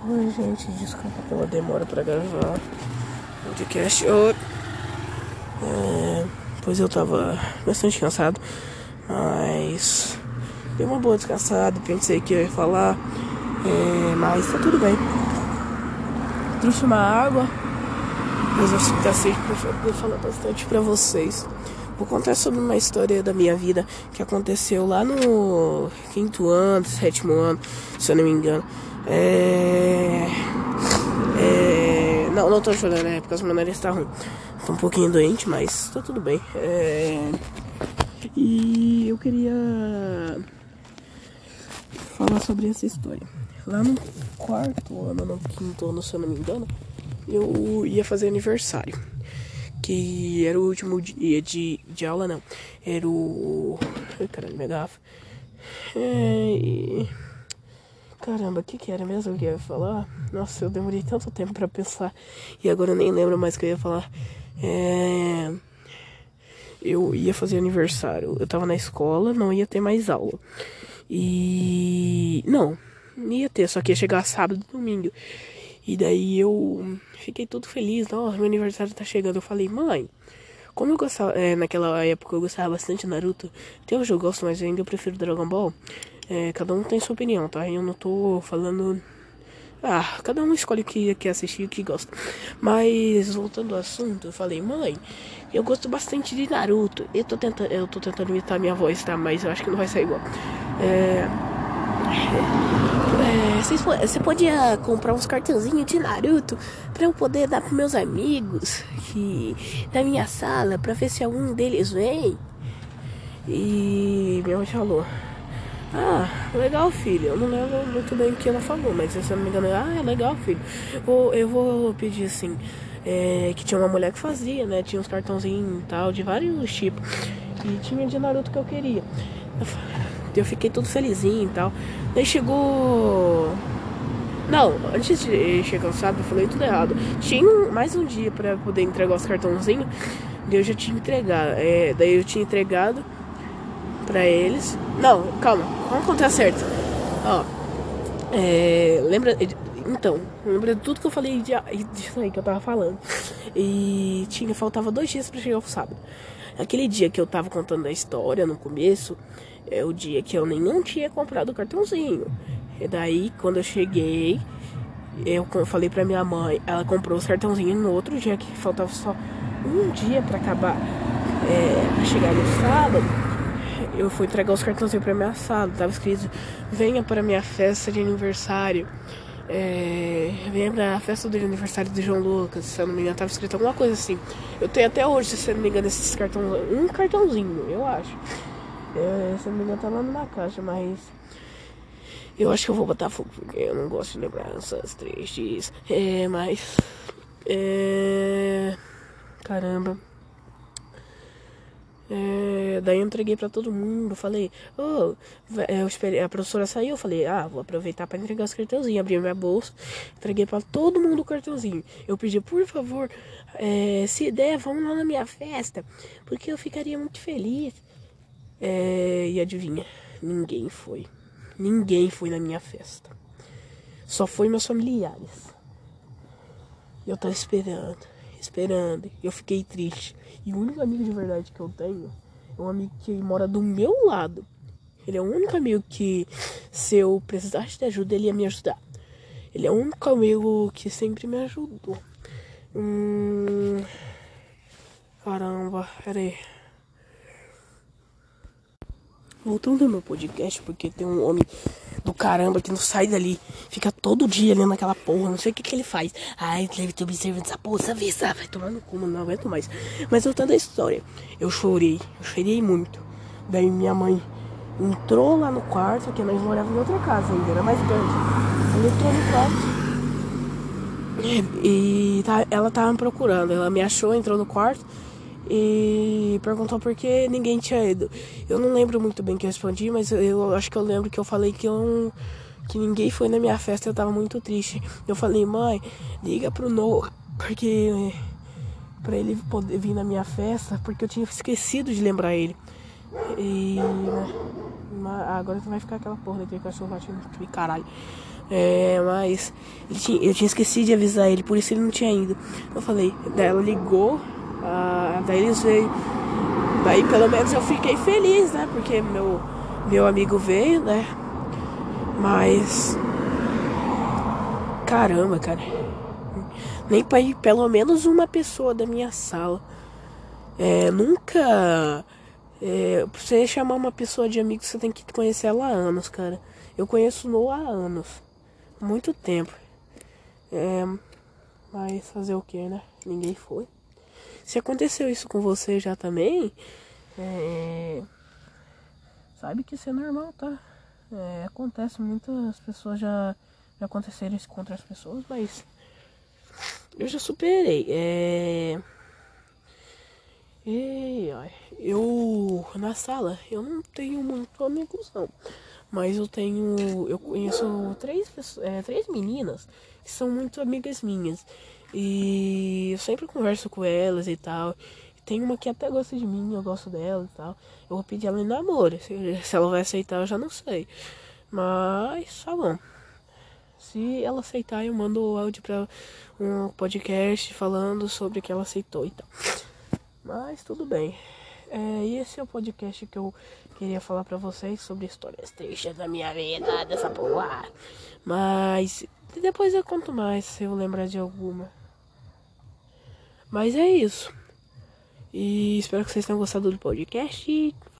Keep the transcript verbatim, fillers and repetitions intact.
Oi, gente, desculpa pela demora pra gravar o podcast. Eu, é, pois eu tava bastante cansado, mas dei uma boa descansada. Pensei que eu ia falar, é, mas tá tudo bem. Trouxe uma água, mas eu sei que tá sempre pra poder falar bastante pra vocês. Vou contar sobre uma história da minha vida que aconteceu lá no quinto ano, sétimo ano, se eu não me engano. É... É... Não, não tô chorando, é porque meu nariz tá ruim. Tô um pouquinho doente, mas tá tudo bem. É... E eu queria falar sobre essa história. Lá no quarto ano, no quinto ano, se eu não me engano, eu ia fazer aniversário. Que era o último dia de, de aula, não. Era o... Ai, caralho, minha garrafa. É... E... Caramba, o que que era mesmo que eu ia falar? Nossa, eu demorei tanto tempo pra pensar. E agora eu nem lembro mais o que eu ia falar. É... Eu ia fazer aniversário. Eu tava na escola, não ia ter mais aula. E... Não, não ia ter, só que ia chegar sábado e domingo. E daí eu fiquei todo feliz. Nossa, meu aniversário tá chegando. Eu falei, mãe... Como eu gostava, é, naquela época eu gostava bastante de Naruto, até hoje eu gosto, mas ainda eu prefiro Dragon Ball. É, cada um tem sua opinião, tá? Eu não tô falando. Ah, cada um escolhe o que quer assistir e o que gosta. Mas voltando ao assunto, eu falei, mãe, eu gosto bastante de Naruto. Eu tô tentando, eu tô tentando imitar minha voz, tá? Mas eu acho que não vai sair igual. É. É, você podia comprar uns cartãozinhos de Naruto pra eu poder dar pros meus amigos que da minha sala pra ver se algum deles vem. E minha mãe falou: Ah, legal, filho. Eu não lembro muito bem o que ela falou, mas se eu não me engano, ah, é legal, filho. Eu, eu vou pedir assim. É, que tinha uma mulher que fazia, né? Tinha uns cartãozinhos e tal, de vários tipos. E tinha de Naruto que eu queria. Eu fiquei todo felizinho e tal. Daí chegou. Não, antes de chegar o sábado, eu falei tudo errado. Tinha mais um dia pra poder entregar os cartãozinhos. Daí eu já tinha entregado. É, daí eu tinha entregado pra eles. Não, calma, vamos contar certo. Ó, é, lembra. Então, lembra de tudo que eu falei de, disso aí que eu tava falando. E tinha, faltava dois dias pra chegar o sábado. Aquele dia que eu tava contando a história no começo, é o dia que eu nem não tinha comprado o cartãozinho. E daí, quando eu cheguei, eu falei pra minha mãe, ela comprou os cartãozinhos no outro dia, que faltava só um dia pra acabar, é, pra chegar no sábado. Eu fui entregar os cartãozinhos pra minha sala, tava escrito, venha para minha festa de aniversário. É, venha pra festa do aniversário de João Lucas, se eu não me engano, tava escrito alguma coisa assim. Eu tenho até hoje, se eu não me engano, esses cartões, um cartãozinho, eu acho. É, se eu não me engano, tá lá numa caixa, mas eu acho que eu vou botar fogo, porque eu não gosto de lembranças tristes. É, mas é, caramba. É, daí eu entreguei pra todo mundo, falei, oh, eu esperei, a professora saiu, eu falei, ah, vou aproveitar pra entregar os cartãozinhos, abri minha bolsa, entreguei pra todo mundo o cartãozinho. Eu pedi, por favor, é, se der, vão lá na minha festa, porque eu ficaria muito feliz. É, e adivinha, ninguém foi, ninguém foi na minha festa, só foi meus familiares. Eu tava esperando, esperando, eu fiquei triste. E o único amigo de verdade que eu tenho é um amigo que mora do meu lado. Ele é o único amigo que, se eu precisasse de ajuda, ele ia me ajudar. Ele é o único amigo que sempre me ajudou. Hum... Caramba, peraí. Voltando ao meu podcast, porque tem um homem do caramba que não sai dali. Fica todo dia ali naquela porra. Não sei o que que ele faz. Ai, deve ter observando essa porra, essa vez. Ah, vai tomar no cu, não aguento mais. Mas voltando à história. Eu chorei. Eu chorei muito. Daí minha mãe entrou lá no quarto, que nós morávamos em outra casa ainda, era mais grande. Ela entrou no quarto. E, e tá, ela tava me procurando. Ela me achou, entrou no quarto. E perguntou por que ninguém tinha ido. Eu não lembro muito bem o que eu respondi, mas eu acho que eu lembro que eu falei que, eu, que ninguém foi na minha festa. Eu tava muito triste. Eu falei, mãe, liga pro Noah, porque pra ele poder vir na minha festa, porque eu tinha esquecido de lembrar ele. E né, agora vai ficar aquela porra daquele cachorro latindo de caralho. É, mas ele tinha, eu tinha esquecido de avisar ele, por isso ele não tinha ido. Eu falei, daí ela ligou, ah, daí eles veio. Daí pelo menos eu fiquei feliz, né? Porque meu, meu amigo veio, né? Mas caramba, cara. Nem pra ir pelo menos uma pessoa da minha sala. É, nunca. É, pra você chamar uma pessoa de amigo, você tem que conhecer ela há anos, cara. Eu conheço o Noah há anos. Muito tempo. É, mas fazer o que, né? Ninguém foi. Se aconteceu isso com você já também, é, sabe que isso é normal, tá? É, acontece, muitas pessoas já, já aconteceram isso com outras pessoas, mas eu já superei. É. E ai, eu na sala eu não tenho muito amigos não, mas eu tenho, eu conheço três pessoas, é, três meninas que são muito amigas minhas e eu sempre converso com elas e tal. Tem uma que até gosta de mim, eu gosto dela e tal. Eu vou pedir ela em namoro, se, se ela vai aceitar eu já não sei, mas tá bom. Se ela aceitar eu mando o áudio pra um podcast falando sobre que ela aceitou e tal. Mas tudo bem. É, esse é o podcast que eu queria falar pra vocês sobre histórias tristes da minha vida, dessa porra. Mas depois eu conto mais se eu lembrar de alguma. Mas é isso. E espero que vocês tenham gostado do podcast.